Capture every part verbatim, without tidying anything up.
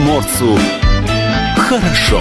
Морцу хорошо.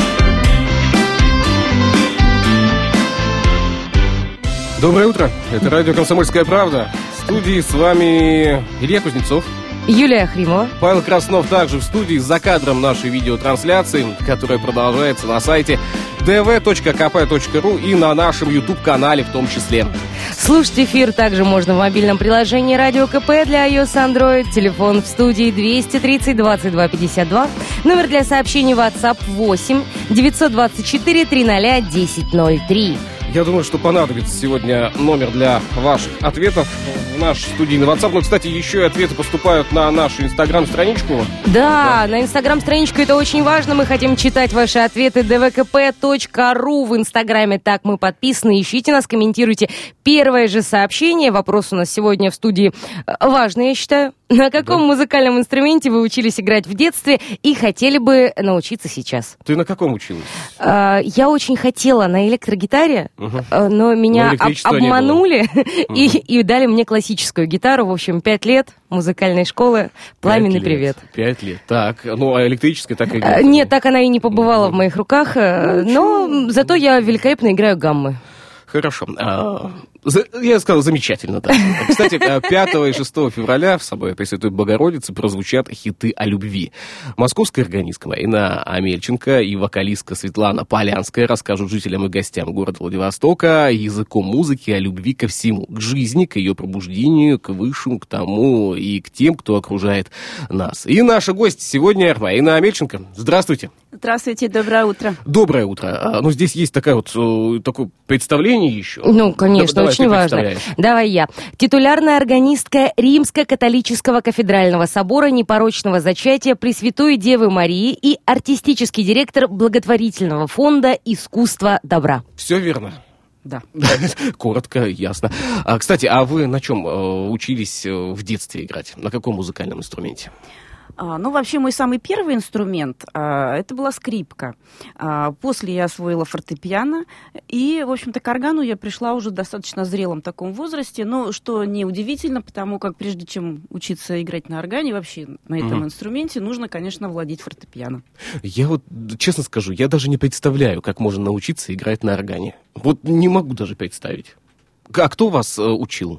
Доброе утро. Это радио «Комсомольская правда». В студии с вами Илья Кузнецов, Юлия Хримова, Павел Краснов также в студии за кадром нашей видеотрансляции, которая продолжается на сайте дэ вэ точка ка пэ точка ру и на нашем YouTube-канале в том числе. Слушать эфир также можно в мобильном приложении Радио КП для iOS и Android. Телефон в студии двести тридцать двадцать два пятьдесят два. Номер для сообщений WhatsApp восемь девятьсот двадцать четыре триста десять ноль три. Я думаю, что понадобится сегодня номер для ваших ответов в наш студийный WhatsApp. Но, кстати, еще и ответы поступают на нашу инстаграм-страничку. Да, да, на инстаграм-страничку это очень важно. Мы хотим читать ваши ответы. дэ вэ ка пэ точка ру в инстаграме. Так мы подписаны. Ищите нас, комментируйте. Первое же сообщение. Вопрос у нас сегодня в студии важный, я считаю. На каком да. музыкальном инструменте вы учились играть в детстве и хотели бы научиться сейчас? Ты на каком училась? А, я очень хотела на электрогитаре, угу. но меня но об- обманули угу. и, и дали мне классическую гитару. В общем, пять лет музыкальной школы. Пламенный пять привет. Лет. Пять лет. Так, ну а электрическая так и а, нет, так она и не побывала угу. в моих руках, ну, но чё? Зато я великолепно играю гаммы. Хорошо. А, за, я сказал, замечательно, да. Кстати, пятого и шестого февраля в собой Пресвятой Богородице прозвучат хиты о любви. Московская органистка Марина Амельченко и вокалистка Светлана Полянская расскажут жителям и гостям города Владивостока языком музыки о любви ко всему. К жизни, к ее пробуждению, к высшему, к тому и к тем, кто окружает нас. И наша гость сегодня Марина Амельченко. Здравствуйте. Здравствуйте, доброе утро. Доброе утро. Ну, здесь есть такая вот, такое представление еще. Ну, конечно, давай, очень важно. Давай я. Титулярная органистка Римско-католического кафедрального собора Непорочного зачатия Пресвятой Девы Марии и артистический директор благотворительного фонда «Искусство добра». Все верно. Да. Коротко, ясно. А, кстати, а вы на чем э, учились в детстве играть? На каком музыкальном инструменте? А, ну, вообще, мой самый первый инструмент, а, это была скрипка. А, после я освоила фортепиано, и, в общем-то, к органу я пришла уже в достаточно зрелом таком возрасте, но что неудивительно, потому как прежде чем учиться играть на органе, вообще на этом угу. инструменте, нужно, конечно, владеть фортепиано. Я вот, честно скажу, я даже не представляю, как можно научиться играть на органе. Вот не могу даже представить. А кто вас э, учил?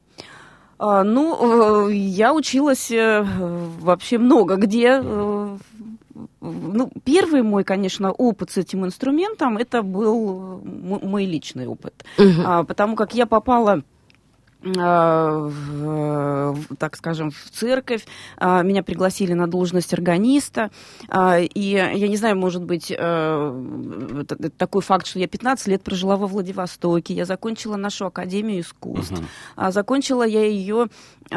А, ну, я училась вообще много где. Ну, первый мой, конечно, опыт с этим инструментом, это был мой личный опыт. Угу. А, потому как я попала... В, так скажем, в церковь. Меня пригласили на должность органиста. И я не знаю, может быть, такой факт, что я пятнадцать лет прожила во Владивостоке. Я закончила нашу Академию искусств. Uh-huh. Закончила я ее,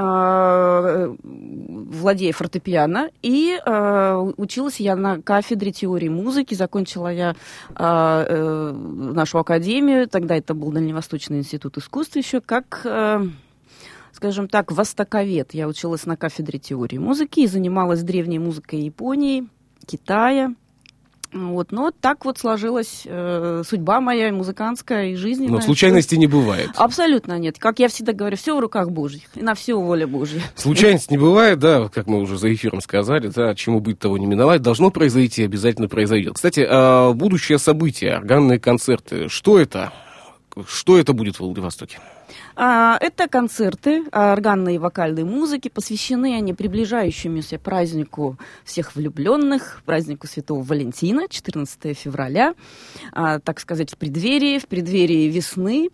владея фортепиано. И училась я на кафедре теории музыки. Закончила я нашу Академию. Тогда это был Дальневосточный институт искусств еще, как... скажем так, востоковед. Я училась на кафедре теории музыки и занималась древней музыкой Японии, Китая. Вот. Но так вот сложилась э, судьба моя, музыкантская и жизненная. Но случайностей не бывает. Абсолютно нет. Как я всегда говорю, все в руках Божьих, и на все воля Божья. Случайность не бывает, да, как мы уже за эфиром сказали, да, чему быть, того не миновать, должно произойти, обязательно произойдет. Кстати, э, будущее событие, органные концерты, что это? Что это будет в Владивостоке? Это концерты органной и вокальной музыки, посвящены они приближающемуся празднику всех влюбленных, празднику Святого Валентина, четырнадцатого февраля, так сказать, в преддверии, в преддверии весны.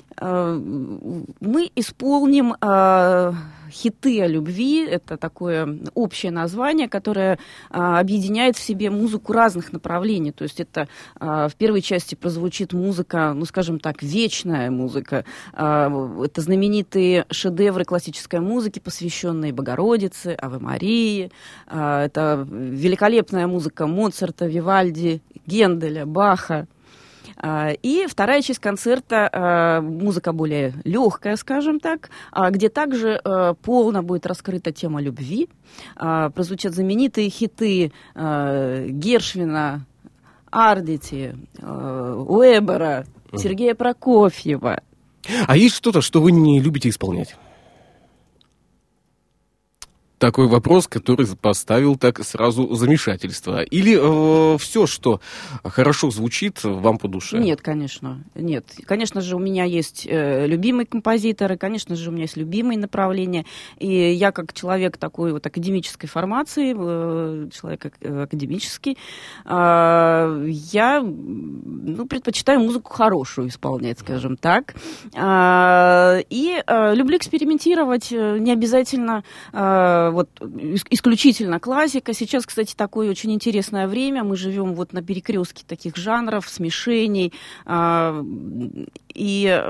Мы исполним хиты о любви. Это такое общее название, которое объединяет в себе музыку разных направлений. То есть это в первой части прозвучит музыка, ну, скажем так, вечная музыка. Это знаменитые шедевры классической музыки, посвященные Богородице, Аве Марии. Это великолепная музыка Моцарта, Вивальди, Генделя, Баха. И вторая часть концерта, музыка более легкая, скажем так, где также полно будет раскрыта тема любви. Прозвучат знаменитые хиты Гершвина, Ардити, Уэбера, Сергея Прокофьева. А есть что-то, что вы не любите исполнять? Такой вопрос, который поставил так сразу замешательство. Или э, все, что хорошо звучит, вам по душе? Нет, конечно, нет. Конечно же, у меня есть э, любимые композиторы, конечно же, у меня есть любимые направления. И я, как человек такой вот академической формации, э, человек э, академический, э, я ну, предпочитаю музыку хорошую исполнять, скажем так. Э, и э, люблю экспериментировать, не обязательно э, вот, исключительно классика. Сейчас, кстати, такое очень интересное время. Мы живем вот на перекрестке таких жанров, смешений. Э, и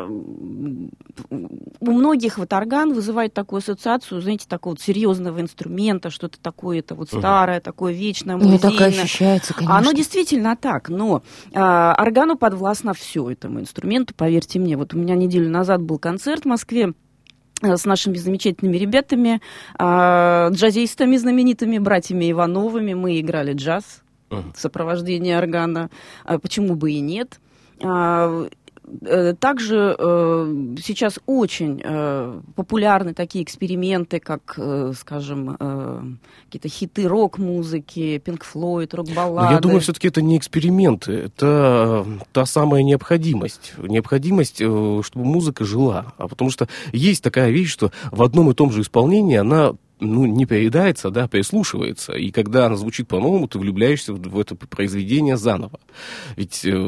у многих вот орган вызывает такую ассоциацию, знаете, такого вот серьезного инструмента, что-то такое, это вот старое, uh-huh. такое вечное, музейное. Ну, так ощущается, конечно. Оно действительно так, но э, органу подвластно все этому инструменту, поверьте мне. Вот у меня неделю назад был концерт в Москве с нашими замечательными ребятами, э, джазистами знаменитыми, братьями Ивановыми. Мы играли джаз uh-huh. в сопровождении органа. А почему бы и нет? Э, Также э, сейчас очень э, популярны такие эксперименты, как, э, скажем, э, какие-то хиты рок-музыки, Pink Floyd, рок-баллады. Но я думаю, все-таки это не эксперименты, это та самая необходимость. Необходимость, э, чтобы музыка жила. А потому что есть такая вещь, что в одном и том же исполнении она... ну, не переедается, да, переслушивается. И когда она звучит по-новому, ты влюбляешься в, в это произведение заново. Ведь э,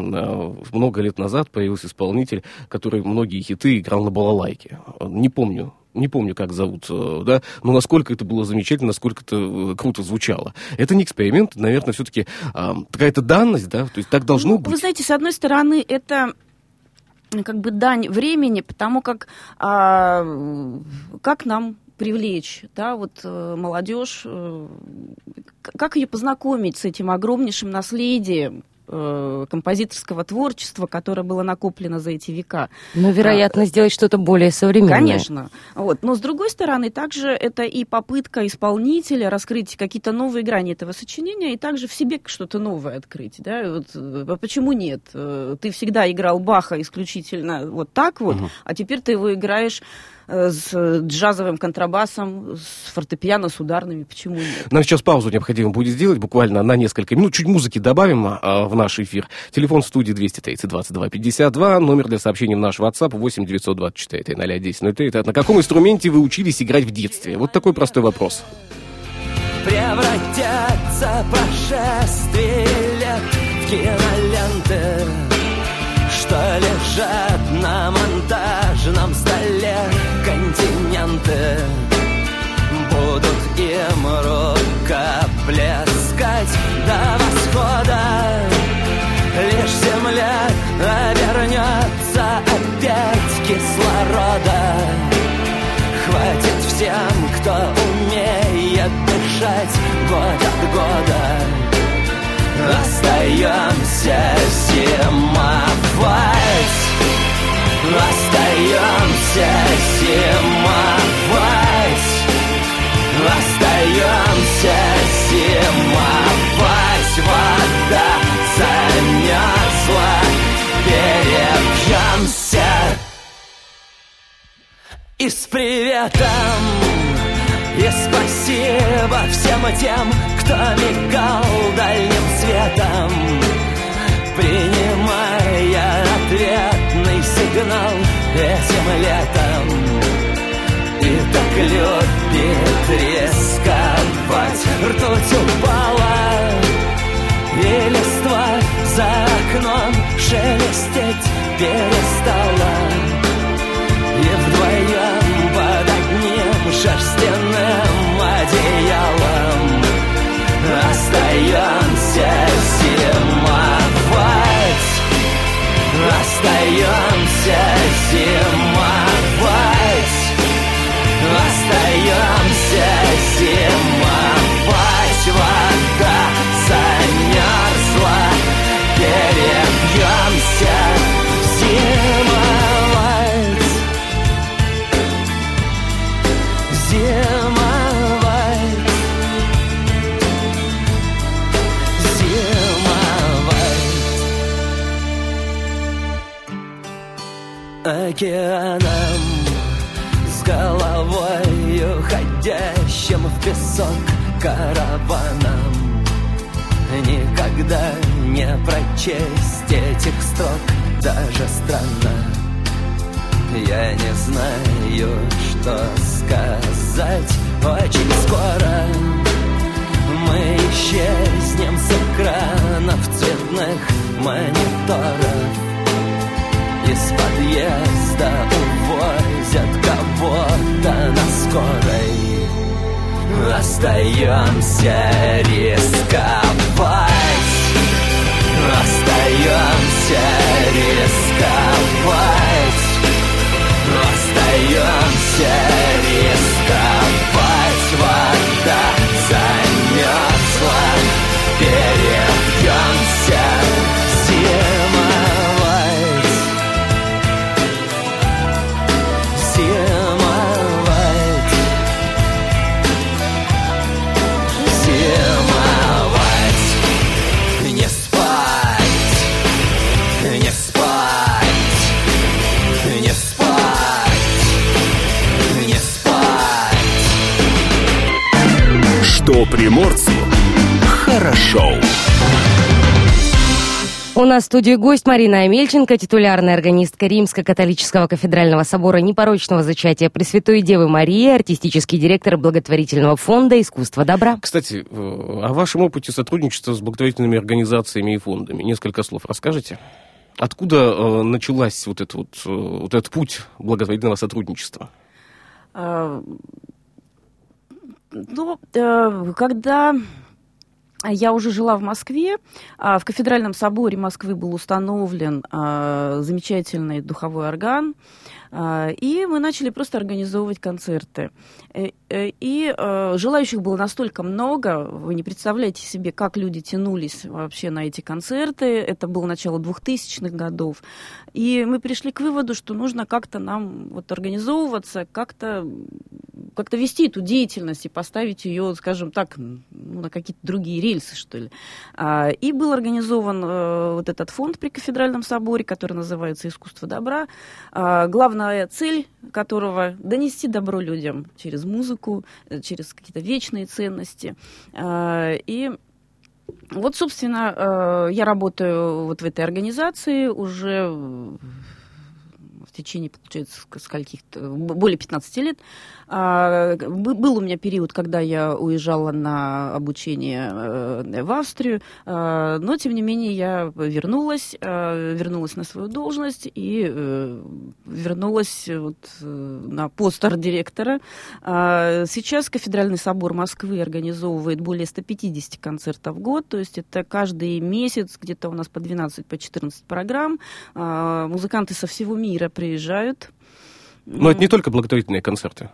много лет назад появился исполнитель, который многие хиты играл на балалайке. Не помню. Не помню, как зовут, да, но насколько это было замечательно, насколько это круто звучало. Это не эксперимент, наверное, все-таки э, какая-то данность, да, то есть так должно ну, быть. Вы знаете, с одной стороны, это... как бы дань времени, потому как а, как нам привлечь, да, вот э, молодежь, э, как ее познакомить с этим огромнейшим наследием э, композиторского творчества, которое было накоплено за эти века. Ну, вероятно, а, сделать что-то более современное. Конечно. Вот. Но, с другой стороны, также это и попытка исполнителя раскрыть какие-то новые грани этого сочинения и также в себе что-то новое открыть. Да? Вот, а почему нет? Ты всегда играл Баха исключительно вот так вот, угу. а теперь ты его играешь с джазовым контрабасом, с фортепиано, с ударными, почему нет? Нам сейчас паузу необходимо будет сделать, буквально на несколько минут. Чуть музыки добавим а, в наш эфир. Телефон в студии двести тридцать двадцать два пятьдесят два, номер для сообщений в наш WhatsApp восемь девятьсот двадцать четыре ноль один ноль три. На каком инструменте вы учились играть в детстве? Вот такой простой вопрос. Превратятся прошествия лет в киноленты, что лежат на монтажном столе. Континенты будут им рукоплескать до восхода. Лишь земля обернется опять кислорода. Хватит всем, кто умеет дышать год от года. Остаемся зимовать, остаемся зимовать, остаемся зимовать. Вода замерзла, перепьемся. И с приветом, и спасибо всем тем, кто мигал дальним светом, принимая ответный сигнал этим летом. И так любит рисковать, ртуть упала, и листва за окном шелестеть перестала. И вдвоем под одним шерстяным одеялом остаемся зимовать, остаемся зимовать, остаемся зимовать. Вода замерзла, перепьемся зимовать, зимовать, зимовать. Океаном с головой уходящим песок караваном. Никогда не прочесть этих строк, даже странно. Я не знаю, что сказать. Очень скоро мы исчезнем с экранов цветных мониторов. Из подъезда увозят кого-то на скорой. Остаемся рисковать. Остаемся рисковать. Остаемся рисковать. Вода замерзла. Перебьемся зимовать. Зимовать. Зимовать. Не спать. Не спать. Не спать. Не спать. Что приморцу хорошо. У нас в студии гость Марина Амельченко, титулярная органистка Римско-католического кафедрального собора Непорочного Зачатия Пресвятой Девы Марии, артистический директор благотворительного фонда «Искусство добра». Кстати, о вашем опыте сотрудничества с благотворительными организациями и фондами несколько слов расскажете? Откуда э, началась вот, это вот, э, вот этот путь благотворительного сотрудничества? А, ну, э, когда я уже жила в Москве, в кафедральном соборе Москвы был установлен замечательный духовой орган, и мы начали просто организовывать концерты. И желающих было настолько много, вы не представляете себе, как люди тянулись вообще на эти концерты. Это было начало двухтысячных годов. И мы пришли к выводу, что нужно как-то нам вот организовываться, как-то как-то вести эту деятельность и поставить ее, скажем так, ну, на какие-то другие рельсы, что ли. И был организован вот этот фонд при кафедральном соборе, который называется «Искусство добра», главная цель которого — донести добро людям через музыку, через какие-то вечные ценности. И вот, собственно, я работаю вот в этой организации уже в течение, получается, скольких-то, более пятнадцати лет. Был у меня период, когда я уезжала на обучение в Австрию, но, тем не менее, я вернулась, вернулась на свою должность и вернулась вот на пост арт-директора. Сейчас Кафедральный собор Москвы организовывает более ста пятидесяти концертов в год, то есть это каждый месяц где-то у нас по двенадцать, по четырнадцать программ. Музыканты со всего мира приезжают. Но это не только благотворительные концерты.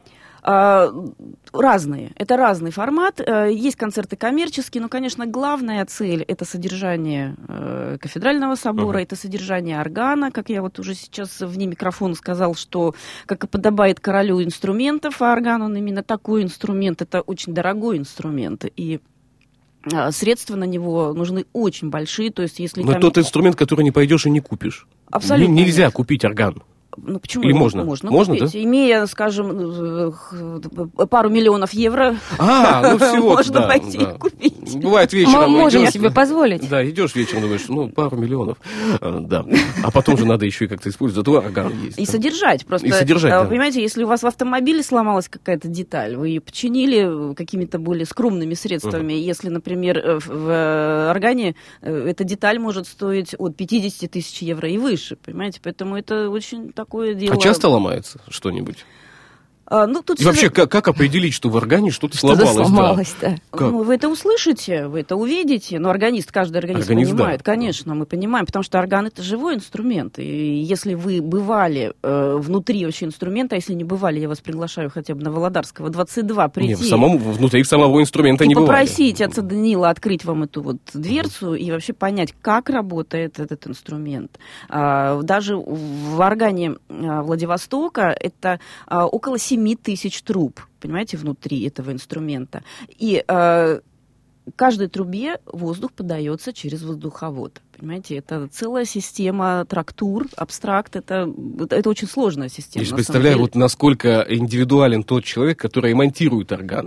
Разные. Это разный формат. Есть концерты коммерческие, но, конечно, главная цель — это содержание кафедрального собора, uh-huh. это содержание органа, как я вот уже сейчас вне микрофона сказал, что, как и подобает королю инструментов, а орган, он именно такой инструмент, это очень дорогой инструмент, и средства на него нужны очень большие. То есть, если но там... тот инструмент, который не пойдешь и не купишь. Абсолютно. Нельзя нет. купить орган. Ну, почему? Или можно? Можно, можно купить. Да? Имея, скажем, пару миллионов евро, а, ну всего, можно да, пойти да. и купить. Бывает вечером. Мы можем идешь, себе позволить. Да, идешь вечером, думаешь, ну, пару миллионов. А, да. А потом же надо еще и как-то использовать. Зато орган есть. И да. содержать. Просто, и содержать, да. Понимаете, если у вас в автомобиле сломалась какая-то деталь, вы ее починили какими-то более скромными средствами. Uh-huh. Если, например, в органе эта деталь может стоить от пятидесяти тысяч евро и выше. Понимаете? Поэтому это очень такое дело... А часто ломается что-нибудь? А, ну, тут и вообще, как, как определить, что в органе что-то сломалось? Что-то сломалось, да. да. Ну, вы это услышите, вы это увидите, но органист, каждый органист, органист понимает, да. Конечно, мы понимаем, потому что орган — это живой инструмент, и если вы бывали э, внутри вообще инструмента, а если не бывали, я вас приглашаю хотя бы на Володарского двадцать два прийти. Не, в самом, внутри самого инструмента и не бывали. И попросить отца Даниила открыть вам эту вот дверцу, mm-hmm. и вообще понять, как работает этот инструмент. А, даже в органе Владивостока это а, около семи тысяч труб, понимаете, внутри этого инструмента. И э, каждой трубе воздух подается через воздуховод. Понимаете, это целая система трактур, абстракт, это, это очень сложная система. Я представляю, вот насколько индивидуален тот человек, который монтирует органы.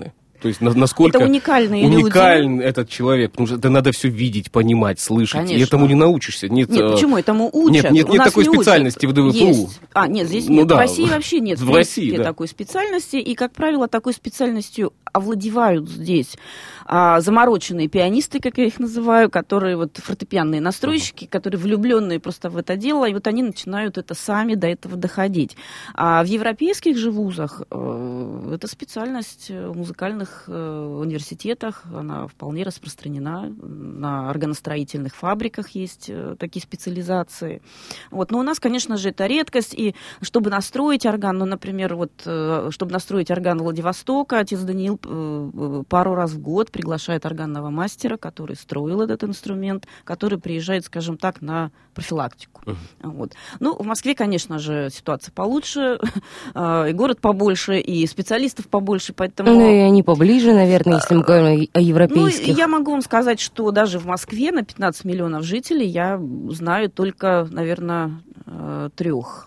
То есть на, насколько Это уникальные уникален люди. этот человек, потому что это надо все видеть, понимать, слышать, Конечно. и этому не научишься. Нет, Нет, почему? Этому учат. Нет, нет, У нет нас такой не учат. специальности в ДВПУ. Есть. А, нет, здесь Ну нет. да. В России вообще нет В в России, принципе, да. такой специальности, и, как правило, такой специальностью овладевают здесь а, замороченные пианисты, как я их называю, которые вот фортепианные настройщики, uh-huh. которые влюбленные просто в это дело, и вот они начинают это сами до этого доходить. А в европейских же вузах э, эта специальность в музыкальных э, университетах, она вполне распространена, на органостроительных фабриках есть э, такие специализации. Вот. Но у нас, конечно же, это редкость, и чтобы настроить орган, ну, например, вот, э, чтобы настроить орган Владивостока, отец Даниил э, пару раз в год приглашает органного мастера, который строил этот инструмент, который приезжает, скажем так, на профилактику. Uh-huh. Вот. Ну, в Москве, конечно же, ситуация получше, и город побольше, и специалистов побольше, поэтому... Ну, и они поближе, наверное, если мы говорим о европейских. Ну, я могу вам сказать, что даже в Москве на пятнадцать миллионов жителей я знаю только, наверное, трех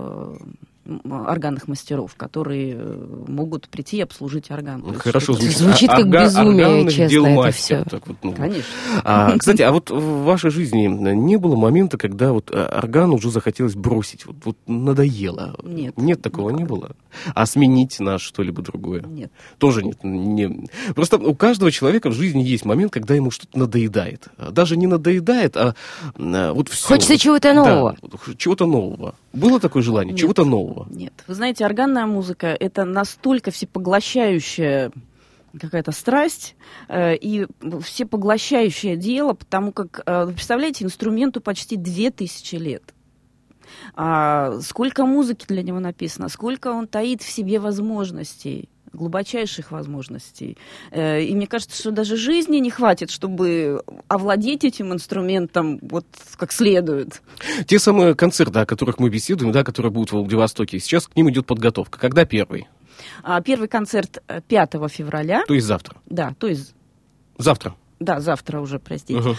органных мастеров, которые могут прийти и обслужить орган. Хорошо, звучит. Звучит как Орга- безумие, честно, дел это мастер. все. Так вот, ну. Конечно. А, кстати, а вот в вашей жизни не было момента, когда вот орган уже захотелось бросить? Вот, вот надоело? Нет. Нет, такого не было? А сменить на что-либо другое? Нет. Тоже нет. Не... Просто у каждого человека в жизни есть момент, когда ему что-то надоедает. Даже не надоедает, а, а вот все. Хочется вот, чего-то нового. Да, чего-то нового. Было такое желание? Нет. Чего-то нового? Нет. Вы знаете, органная музыка — это настолько всепоглощающая какая-то страсть э, и всепоглощающее дело, потому как, э, вы представляете, инструменту почти две тысячи лет. А сколько музыки для него написано, сколько он таит в себе возможностей, глубочайших возможностей. Э, и мне кажется, что даже жизни не хватит, чтобы овладеть этим инструментом вот как следует. Те самые концерты, о которых мы беседуем, да, которые будут в Владивостоке, сейчас к ним идет подготовка. Когда первый? А, первый концерт пятого февраля. То есть завтра? Да, то есть... Завтра? Да, завтра уже, простите. Угу.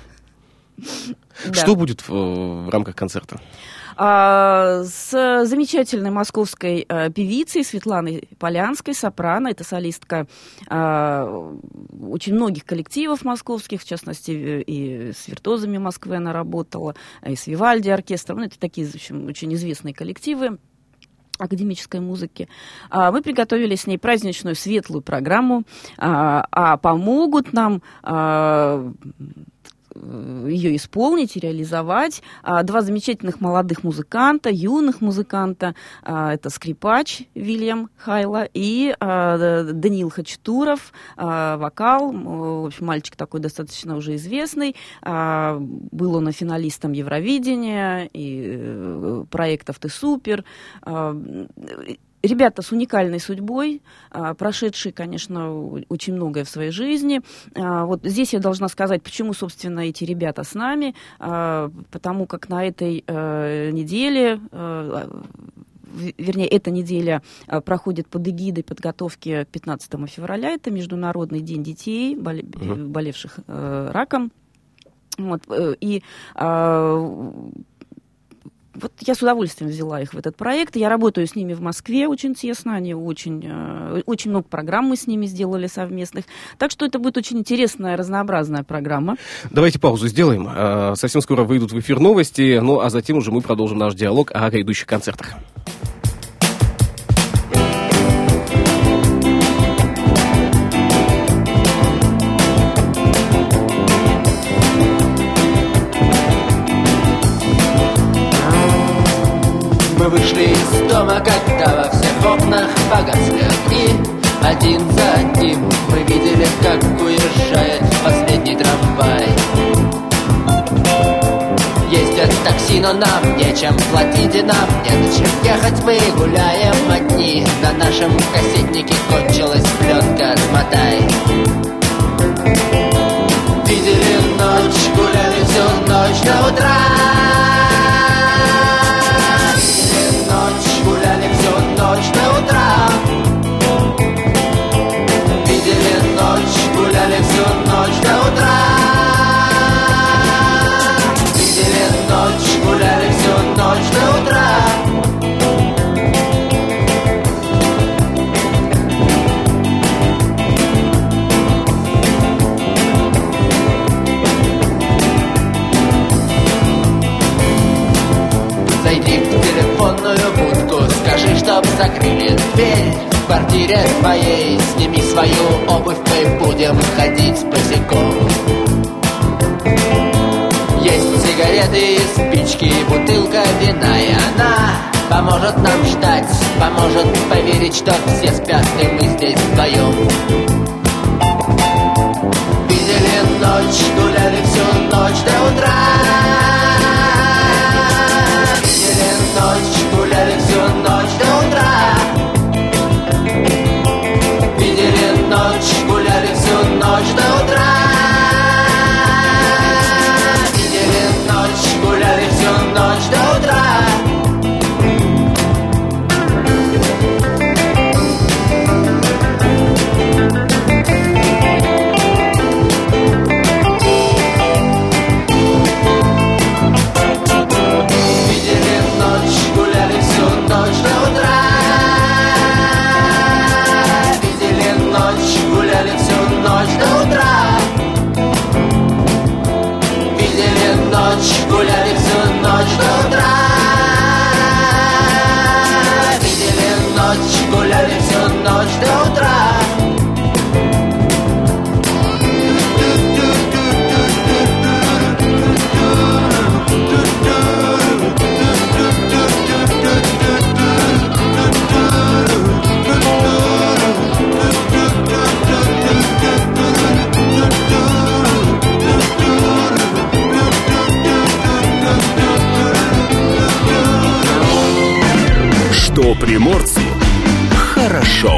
Да. Что будет в, в рамках концерта? А, с замечательной московской а, певицей Светланой Полянской, сопрано, это солистка а, очень многих коллективов московских, в частности, и с виртуозами Москвы она работала, и с Вивальди оркестром, ну, это такие, в общем, очень известные коллективы академической музыки. А, мы приготовили с ней праздничную светлую программу, а, а помогут нам а, ее исполнить и реализовать два замечательных молодых музыканта, юных музыканта. Это скрипач Вильям Хайло и Даниил Хачатуров, вокал. В общем, мальчик такой достаточно уже известный. Был он и финалистом Евровидения, и проектов «Ты супер». Ребята с уникальной судьбой, прошедшие, конечно, очень многое в своей жизни. Вот здесь я должна сказать, почему, собственно, эти ребята с нами. Потому как на этой неделе, вернее, эта неделя проходит под эгидой подготовки пятнадцатого февраля. Это Международный день детей, болевших раком. Вот, и... Вот я с удовольствием взяла их в этот проект. Я работаю с ними в Москве очень тесно. Они очень, очень много программ мы с ними сделали совместных. Так что это будет очень интересная, разнообразная программа. Давайте паузу сделаем. Совсем скоро выйдут в эфир новости. Ну, а затем уже мы продолжим наш диалог о грядущих концертах. Мы вышли из дома, когда во всех окнах погасли огни. Один за одним мы видели, как уезжает последний трамвай. Ездят такси, но нам нечем платить, и нам не на чем ехать. Мы гуляем одни, на нашем кассетнике кончилась пленка «Смотай». Видели ночь, гуляли всю ночь до утра. Гуляли всю ночь до утра. Видели ночь, гуляли всю ночь до утра. Видели ночь, гуляли всю ночь до утра. в квартире твоей. Сними свою обувь, мы будем ходить босиком. Есть сигареты, спички, бутылка вина, и она поможет нам ждать, поможет поверить, что все спят, и мы здесь вдвоем. Видели ночь, гуляли всю ночь до утра. Видели ночь, гуляли всю ночь до утра. Видели ночь, гуляли всю ночь до утра. Видели ночь, гуляли всю ночь до утра. Гуляли всю ночь до утра. Видели ночь, гуляли всю ночь до утра. Что приморцу хорошо.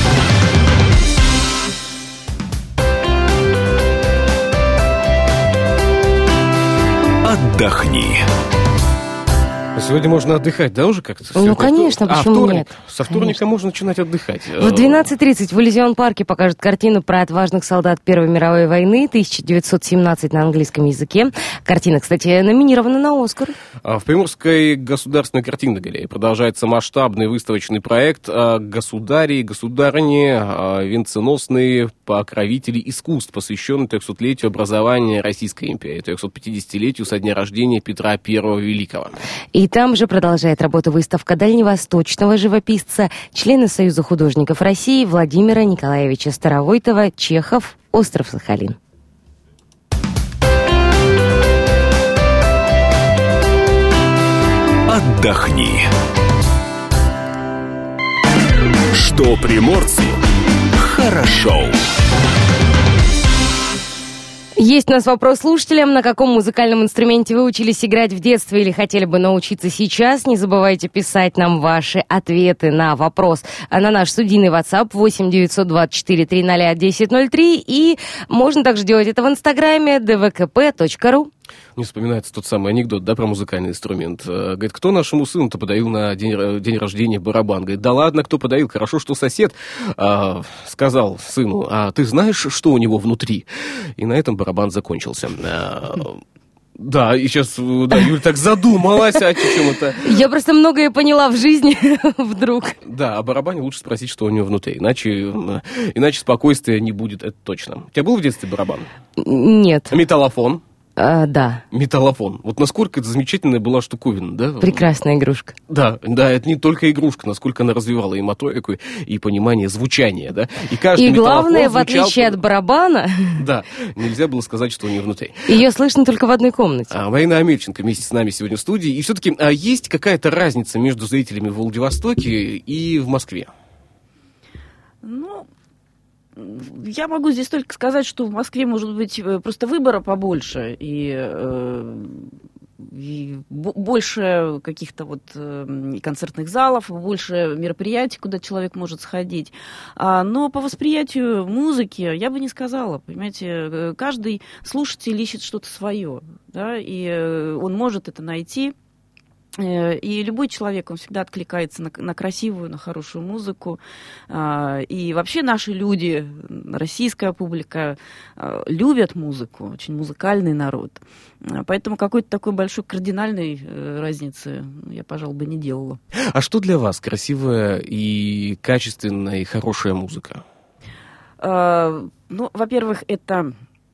Отдохни. Сегодня можно отдыхать, да, уже как-то? Ну, конечно, а, почему вторник? нет? Со вторника Конечно. можно начинать отдыхать. В двенадцать тридцать в Элизион-парке покажут картину про отважных солдат Первой мировой войны тысяча девятьсот семнадцать на английском языке. Картина, кстати, номинирована на «Оскар». В Приморской государственной картинной галерее продолжается масштабный выставочный проект «Государи и государыни. Венценосные покровители искусств», посвященный трехсотлетию образования Российской империи, трехсотпятидесятилетию со дня рождения Петра Первого Великого. И там же продолжает работу выставка дальневосточного живописца, члена Союза художников России Владимира Николаевича Старовойтова «Чехов. Остров Сахалин». Отдохни. Что приморцу хорошо. Есть у нас вопрос слушателям. На каком музыкальном инструменте вы учились играть в детстве или хотели бы научиться сейчас? Не забывайте писать нам ваши ответы на вопрос на наш студийный WhatsApp восемь девятьсот двадцать четыре триста десять ноль три. И можно также делать это в инстаграме дэ вэ ка пэ точка ру. Мне вспоминается тот самый анекдот, да, про музыкальный инструмент. Говорит, кто нашему сыну-то подарил на день, день рождения барабан? Говорит, да ладно, кто подарил? Хорошо, что сосед а, сказал сыну, а ты знаешь, что у него внутри? И на этом барабан закончился. А, да, и сейчас, да, Юль так задумалась, о чем это. Я просто многое поняла в жизни вдруг. Да, о барабане лучше спросить, что у него внутри, иначе, иначе спокойствия не будет, это точно. У тебя был в детстве барабан? Нет. Металлофон? А, да. Металлофон. Вот насколько это замечательная была штуковина, да? Прекрасная игрушка. Да, да, это не только игрушка, насколько она развивала и моторику, и понимание звучания, да? И, каждый и главное, в звучал... отличие от барабана... Да, нельзя было сказать, что у нее внутри. Ее слышно только в одной комнате. А, Марина Амельченко вместе с нами сегодня в студии. И все-таки а есть какая-то разница между зрителями в Владивостоке и в Москве? Ну... Я могу здесь только сказать, что в Москве может быть просто выбора побольше и, э, и больше каких-то вот э, концертных залов, больше мероприятий, куда человек может сходить. А, но по восприятию музыки я бы не сказала. Понимаете, каждый слушатель ищет что-то свое, да, и он может это найти. И любой человек, он всегда откликается на, на красивую, на хорошую музыку. И вообще наши люди, российская публика, любят музыку, очень музыкальный народ. Поэтому какой-то такой большой кардинальной разницы я, пожалуй, бы не делала. А что для вас красивая и качественная и хорошая музыка? Ну, во-первых, это...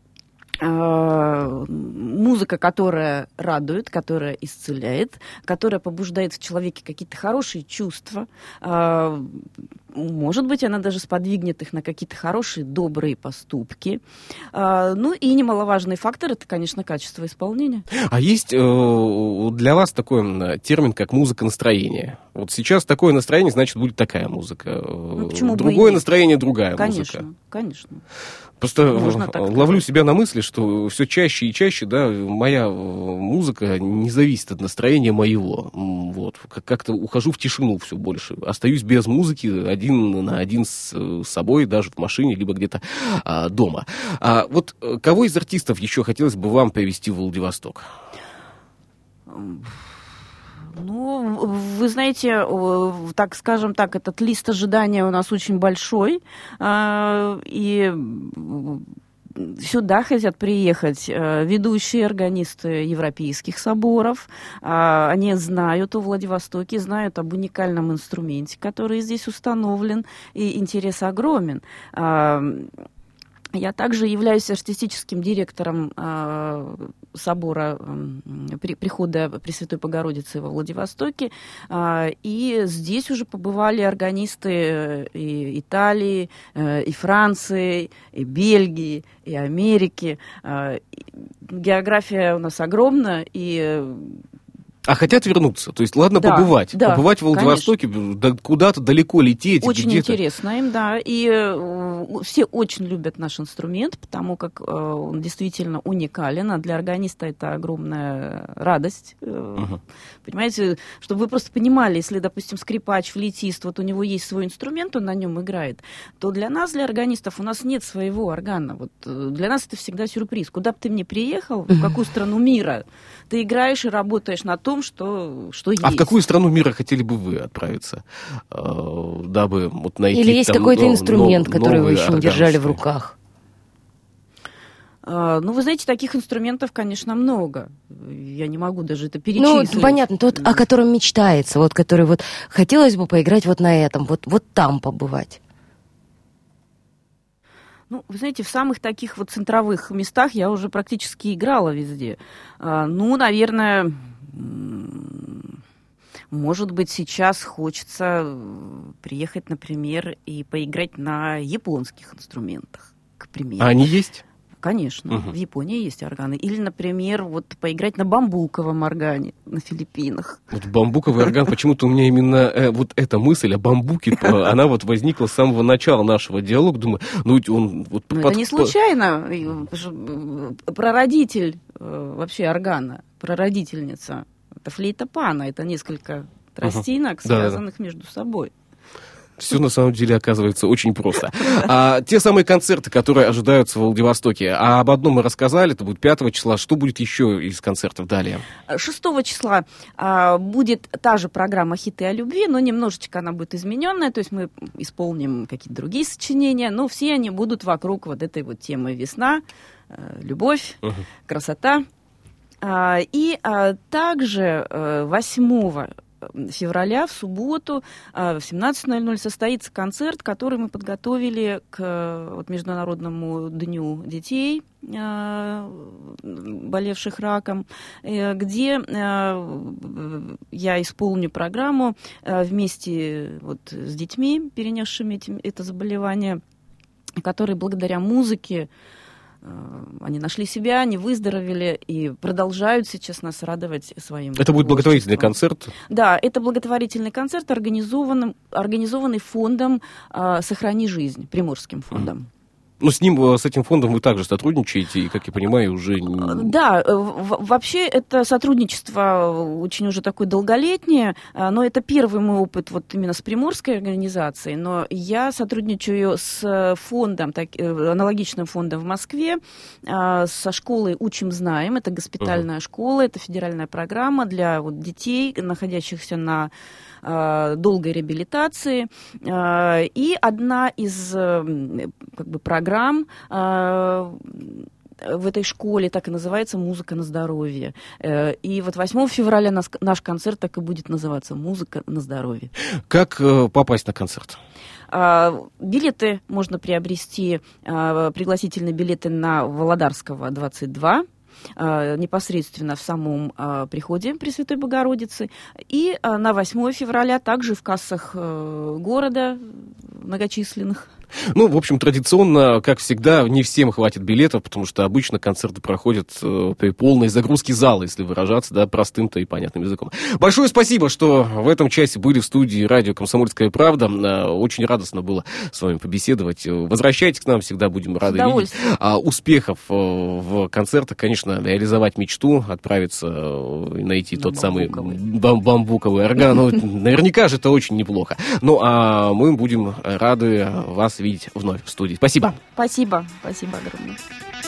музыка, которая радует, которая исцеляет, которая побуждает в человеке какие-то хорошие чувства. Может быть, она даже сподвигнет их на какие-то хорошие, добрые поступки. Ну и немаловажный фактор – это, конечно, качество исполнения. А есть э, для вас такой термин, как музыка настроения? Вот сейчас такое настроение, значит, будет такая музыка. Ну, почему Другое бы настроение, другая конечно, музыка. Конечно, конечно. Просто ловлю сказать. себя на мысли, что все чаще и чаще, да, моя музыка не зависит от настроения моего. Вот. Как-то ухожу в тишину все больше. Остаюсь без музыки, один на один с собой, даже в машине, либо где-то а, дома. А вот кого из артистов еще хотелось бы вам привезти в Владивосток? Ну, вы знаете, так скажем так, этот лист ожидания у нас очень большой, и сюда хотят приехать ведущие органисты европейских соборов. Они знают о Владивостоке, знают об уникальном инструменте, который здесь установлен, и интерес огромен. Я также являюсь артистическим директором э, собора э, при, прихода Пресвятой Богородицы во Владивостоке. Э, и здесь уже побывали органисты и Италии, э, и Франции, и Бельгии, и Америки. Э, география у нас огромна, и... А хотят вернуться? То есть, ладно, да, побывать. Да, побывать в Владивостоке, да, куда-то далеко лететь. Очень где-то. интересно им, да. И э, все очень любят наш инструмент, потому как э, он действительно уникален, а для органиста это огромная радость. Uh-huh. Понимаете, чтобы вы просто понимали, если, допустим, скрипач, флейтист, вот у него есть свой инструмент, он на нем играет, то для нас, для органистов, у нас нет своего органа. Вот, для нас это всегда сюрприз. Куда бы ты ни приехал, в какую страну мира, ты играешь и работаешь на том, что, что есть. А в какую страну мира хотели бы вы отправиться, дабы вот найти... Или есть там, какой-то но, инструмент, но, который вы еще не органы держали в свои? руках? Ну, вы знаете, таких инструментов, конечно, много. Я не могу даже это перечислить. Ну, понятно, тот, о котором мечтается, вот, который вот хотелось бы поиграть вот на этом, вот, вот там побывать. Ну, вы знаете, в самых таких вот центровых местах я уже практически играла везде. Ну, наверное, может быть, сейчас хочется приехать, например, и поиграть на японских инструментах, к примеру. А они есть? Конечно, угу. В Японии есть органы. Или, например, вот поиграть на бамбуковом органе на Филиппинах. Вот бамбуковый орган, почему-то у меня именно э, вот эта мысль о бамбуке, она вот возникла с самого начала нашего диалога. Думаю, ну он... Вот под... Это не случайно. Прародитель вообще органа, прародительница, это флейта пана, это несколько тростинок, угу. связанных да, да. между собой. Все на самом деле оказывается очень просто. А, те самые концерты, которые ожидаются в Владивостоке, а об одном мы рассказали, это будет пятого числа. Что будет еще из концертов далее? шестого числа а, будет та же программа «Хиты о любви», но немножечко она будет измененная, то есть мы исполним какие-то другие сочинения, но все они будут вокруг вот этой вот темы «Весна», «Любовь», uh-huh. «Красота». А, и а, также восьмого февраля в субботу в семнадцать ноль ноль состоится концерт, который мы подготовили к вот, Международному дню детей, болевших раком, где я исполню программу вместе вот, с детьми, перенесшими это заболевание, которые благодаря музыке они нашли себя, они выздоровели и продолжают сейчас нас радовать своим Это будет благотворительный концерт? Да, это благотворительный концерт, организованный, организованный фондом «Сохрани жизнь», Приморским фондом. Но с ним, с этим фондом вы также сотрудничаете, и, как я понимаю, уже... Да, вообще это сотрудничество очень уже такое долголетнее, но это первый мой опыт вот именно с приморской организацией, но я сотрудничаю с фондом, так, аналогичным фондом в Москве, со школой «Учим, знаем», это госпитальная uh-huh. школа, это федеральная программа для вот, детей, находящихся на долгой реабилитации, и одна из как бы, программ в этой школе так и называется «Музыка на здоровье». И вот восьмого февраля наш, наш концерт так и будет называться «Музыка на здоровье». Как попасть на концерт? Билеты можно приобрести, пригласительные билеты на Володарского, двадцать два. непосредственно в самом приходе Пресвятой Богородицы. И на восьмое февраля также в кассах города многочисленных. Ну, в общем, традиционно, как всегда, не всем хватит билетов, потому что обычно концерты проходят при полной загрузке зала, если выражаться, да, простым-то и понятным языком. Большое спасибо, что в этом часе были в студии радио «Комсомольская правда». Очень радостно было с вами побеседовать. Возвращайтесь к нам, всегда будем рады видеть. Успехов в концертах, конечно, реализовать мечту, отправиться и найти тот самый бам- бамбуковый орган. Ну, наверняка же это очень неплохо. Ну, а мы будем рады вас видеть вновь в студии. Спасибо. Спасибо. Спасибо огромное.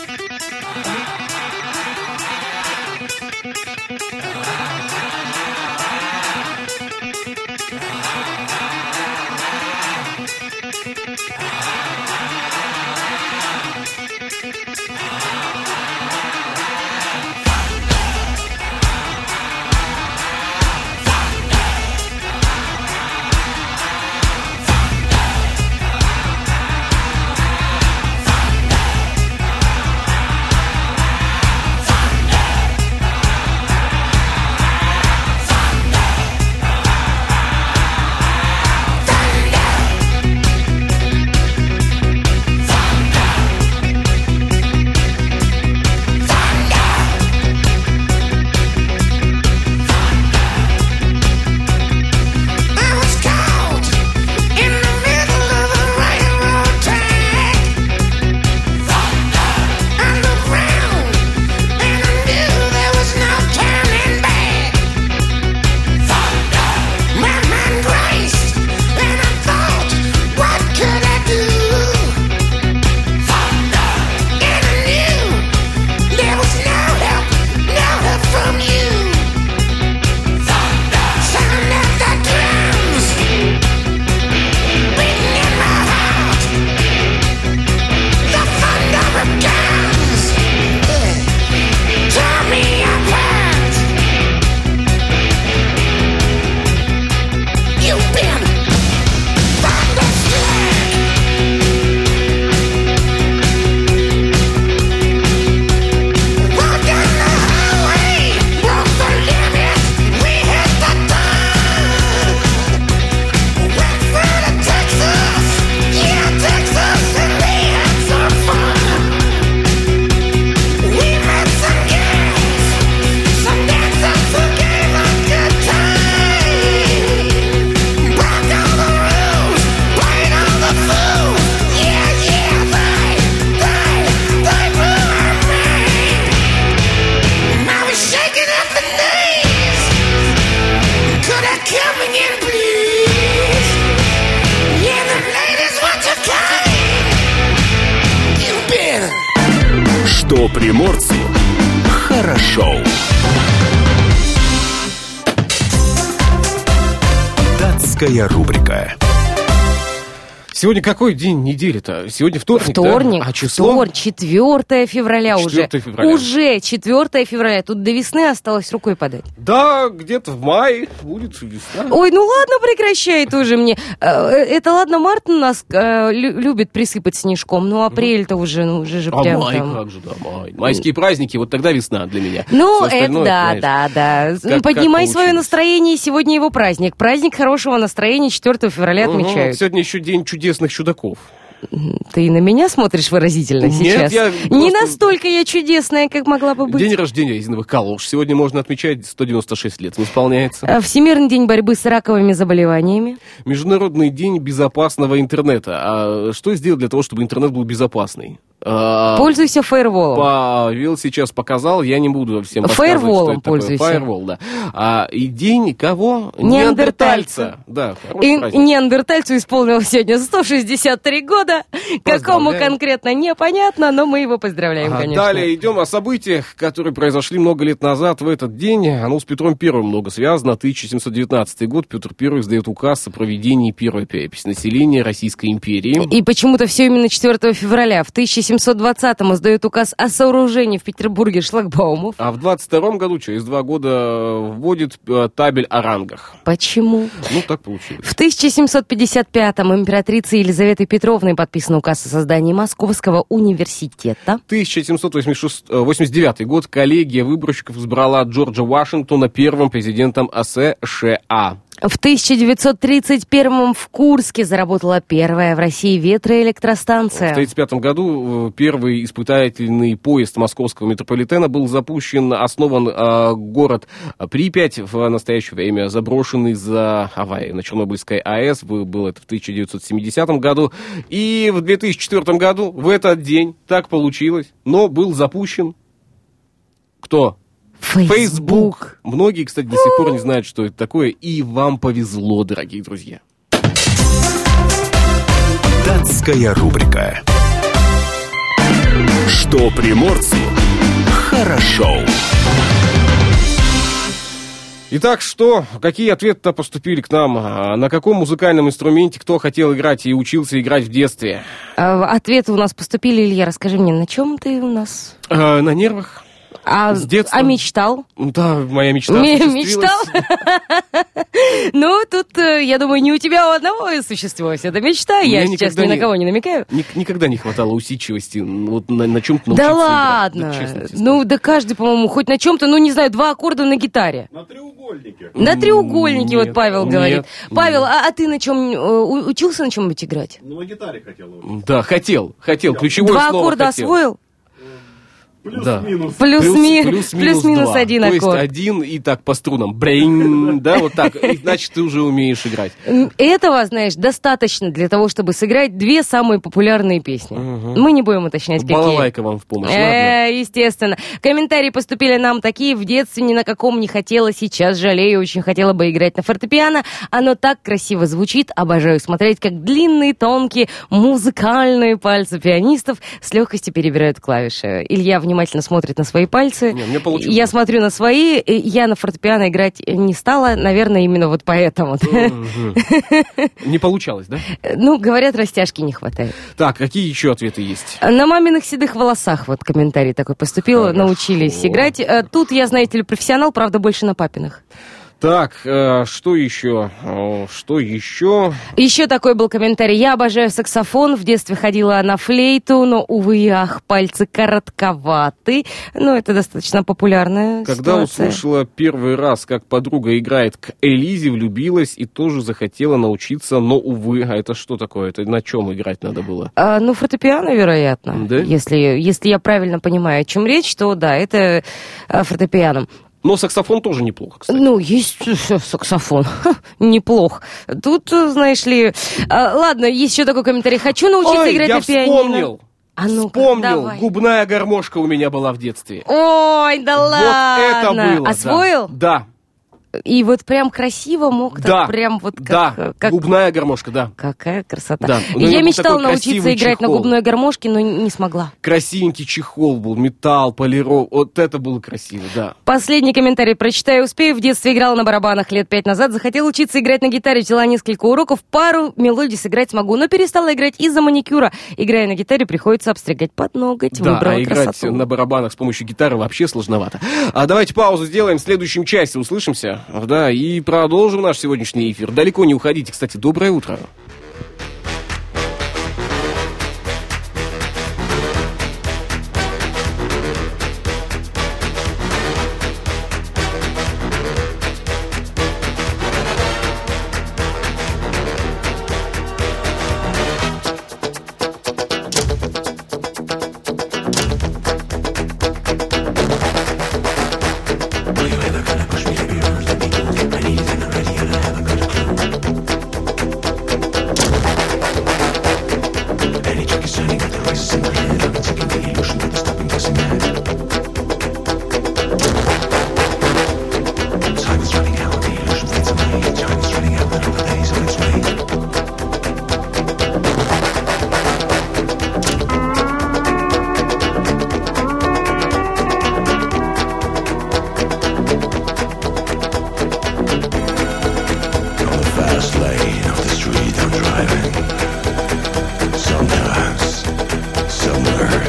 Что приморцу хорошо. Датская рубрика. Сегодня какой день недели-то? Сегодня вторник, Вторник, да? А число? вторник, четвёртое февраля уже. четвёртое февраля. Уже четвёртое февраля. Тут до весны осталось рукой подать. Да, где-то в мае будет весна. Ой, ну ладно, прекращай тоже мне. Э, Это ладно, март нас э, лю- любит присыпать снежком, но апрель-то уже, ну уже же А прям май там. как же, да, май. Майские праздники, вот тогда весна для меня. Ну, Всё это остальное, да, знаешь, да, да. как- Поднимай как свое получилось. настроение, сегодня его праздник. Праздник хорошего настроения четвёртого февраля Мгм. отмечают. Сегодня еще день чудесных чудаков. Ты на меня смотришь выразительно Нет, сейчас? я Не просто- настолько я чудесная, как могла бы быть. День рождения резиновых калош. Сегодня можно отмечать, сто девяносто шесть лет исполняется. А Всемирный день борьбы с раковыми заболеваниями. Международный день безопасного интернета. А что сделать для того, чтобы интернет был безопасный? А, Пользуйся фаерволом. Павел сейчас показывал, я не буду всем рассказывать, Фаерволом что это такое. пользуйся. Фаервол, да. А, и день кого? Неандертальца. Да, хороший И праздник. неандертальцу исполнилось сегодня сто шестьдесят три года. Какому Поздравляем. конкретно непонятно, но мы его поздравляем, Ага, конечно. далее идем о событиях, которые произошли много лет назад в этот день. Оно с Петром Первым много связано. тысяча семьсот девятнадцатый год. Петр Первый издает указ о проведении первой переписи населения Российской империи. И почему-то все именно четвёртого февраля. В тысяча семьсот двадцатом издает указ о сооружении в Петербурге шлагбаумов. А в двадцать втором году, через два года, вводит э, табель о рангах. Почему? Ну, так получилось. В тысяча семьсот пятьдесят пятом императрицей Елизаветой Петровной подписан указ о создании Московского университета. тысяча семьсот восемьдесят девятый год коллегия выборщиков избрала Джорджа Вашингтона первым президентом США. В тысяча девятьсот тридцать первом в Курске заработала первая в России ветроэлектростанция. В тысяча девятьсот тридцать пятом году первый испытательный поезд московского метрополитена был запущен, основан э, город Припять, в настоящее время заброшенный из-за аварии на Чернобыльской АЭС. Было это в тысяча девятьсот семидесятом году. И в две тысячи четвёртом году, в этот день, так получилось, но был запущен кто? Facebook. Многие, кстати, до сих пор не знают, что это такое, и вам повезло, дорогие друзья. Датская рубрика. Что приморцу хорошо. Итак, что, какие ответы поступили к нам? На каком музыкальном инструменте кто хотел играть и учился играть в детстве? Ответы у нас поступили, Илья, расскажи мне, на чем ты у нас? А, на нервах. А, с детства. А мечтал? Да, моя мечта Мечтал? Ну, тут, я думаю, не у тебя у одного существовалась эта мечта. Я сейчас ни на кого не намекаю. Никогда не хватало усидчивости вот на чем-то научиться играть. Да ладно. Ну, да каждый, по-моему, хоть на чем-то, ну, не знаю, два аккорда на гитаре. На треугольнике. На треугольнике, вот Павел говорит. Павел, а ты на чем учился на чем-нибудь играть? Ну, на гитаре хотел учиться. Да, хотел, хотел. Ключевое слово хотел. Два аккорда освоил? Плюс-минус. Плюс-минус плюс, плюс один аккорд. аккорд. То есть один и так по струнам. Брейн, да, вот так. И, значит, ты уже умеешь играть. Этого, знаешь, достаточно для того, чтобы сыграть две самые популярные песни. Угу. Мы не будем уточнять, какие. Балалайка вам в помощь. Э, естественно. Комментарии поступили нам такие. В детстве ни на каком не хотела, сейчас жалею. Очень хотела бы играть на фортепиано. Оно так красиво звучит. Обожаю смотреть, как длинные, тонкие, музыкальные пальцы пианистов с легкостью перебирают клавиши. Илья внимательно смотрит на свои пальцы. Не, мне получилось. Я смотрю на свои. Я на фортепиано играть не стала. Наверное, именно вот поэтому. Не получалось, да? Ну, говорят, растяжки не хватает. Так, какие еще ответы есть? На маминых седых волосах вот комментарий такой поступил. Хорошо. Научились играть. Тут я, знаете ли, профессионал, правда, больше на папиных. Так, э, что еще? Э, что еще? Еще такой был комментарий. Я обожаю саксофон. В детстве ходила на флейту, но, увы и ах, пальцы коротковаты. Ну, это достаточно популярная Когда ситуация. услышала первый раз, как подруга играет к Элизе, влюбилась и тоже захотела научиться, но, увы, а это что такое? Это на чем играть надо было? А, ну, фортепиано, вероятно. Да? Если, если я правильно понимаю, о чем речь, то да, это фортепиано. Но саксофон тоже неплохо, кстати. Ну, есть саксофон. Ха, неплохо. Тут, знаешь ли... А, ладно, есть еще такой комментарий. Хочу научиться Ой, играть я на пианино. вспомнил. А ну-ка, Вспомнил. давай. Губная гармошка у меня была в детстве. Ой, да Вот ладно. это было. Освоил? Да. И вот прям красиво мог, да. так прям вот как... Да, как... губная гармошка, да. Какая красота. Да. Я мечтала научиться играть чехол. на губной гармошке, но не смогла. Красивенький чехол был, металл, полиров. Вот это было красиво, да. Последний комментарий прочитаю, успею. В детстве играла на барабанах лет пять назад. Захотела учиться играть на гитаре, взяла несколько уроков. Пару мелодий сыграть смогу, но перестала играть из-за маникюра. Играя на гитаре, приходится обстригать под ноготь. Да, Выбрала а играть красоту. на барабанах с помощью гитары вообще сложновато. А давайте паузу сделаем. В следующем часе услышимся. Да, и продолжим наш сегодняшний эфир. Далеко не уходите. Кстати, доброе утро. Sometimes, somewhere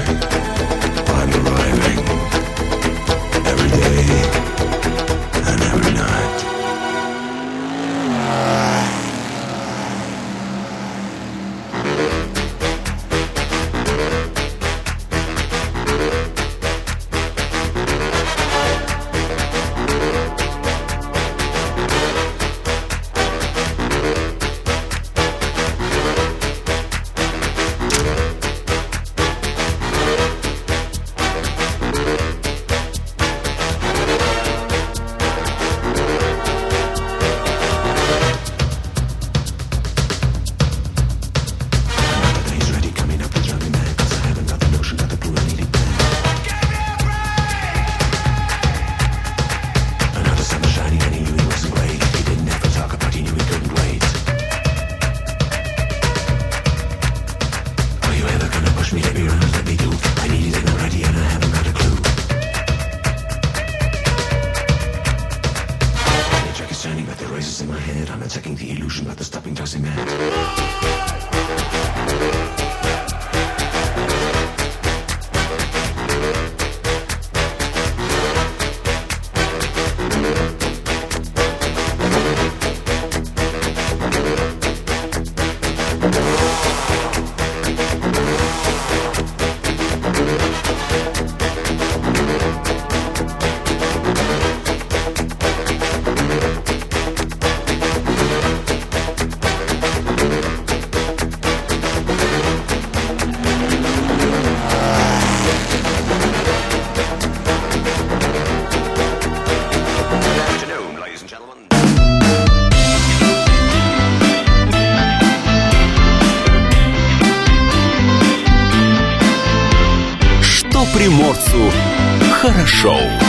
приморцу хорошо.